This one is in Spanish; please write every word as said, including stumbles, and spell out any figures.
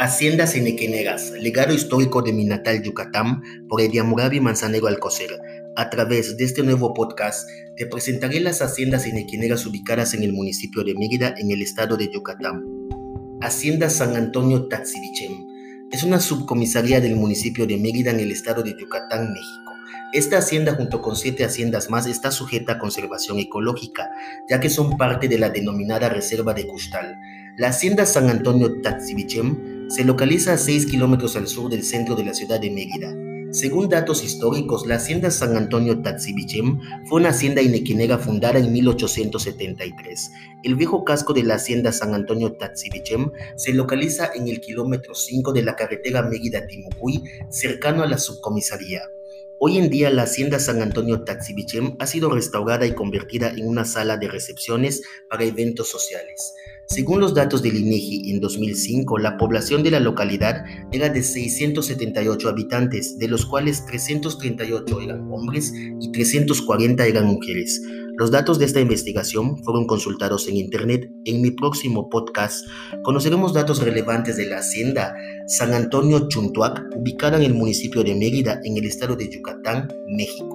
Haciendas Enequenegas, legado histórico de mi natal Yucatán, por Ediamurabi Manzanero Alcocer. A través de este nuevo podcast, te presentaré las haciendas enequenegas ubicadas en el municipio de Mérida, en el estado de Yucatán. Hacienda San Antonio Tatzibichem es una subcomisaría del municipio de Mérida, en el estado de Yucatán, México. Esta hacienda, junto con siete haciendas más, está sujeta a conservación ecológica, ya que son parte de la denominada Reserva de Custal. La hacienda San Antonio Tatzibichem se localiza a seis kilómetros al sur del centro de la ciudad de Mérida. Según datos históricos, la hacienda San Antonio Tatzibichem fue una hacienda enequenega fundada en mil ochocientos setenta y tres. El viejo casco de la hacienda San Antonio Tatzibichem se localiza en el kilómetro cinco de la carretera Mérida-Timucuy, cercano a la subcomisaría. Hoy en día, la hacienda San Antonio Tatzibichem ha sido restaurada y convertida en una sala de recepciones para eventos sociales. Según los datos del INEGI, en dos mil cinco, la población de la localidad era de seiscientos setenta y ocho habitantes, de los cuales trescientos treinta y ocho eran hombres y trescientos cuarenta eran mujeres. Los datos de esta investigación fueron consultados en internet. En mi próximo podcast conoceremos datos relevantes de la hacienda San Antonio Chuntuac, ubicada en el municipio de Mérida, en el estado de Yucatán, México.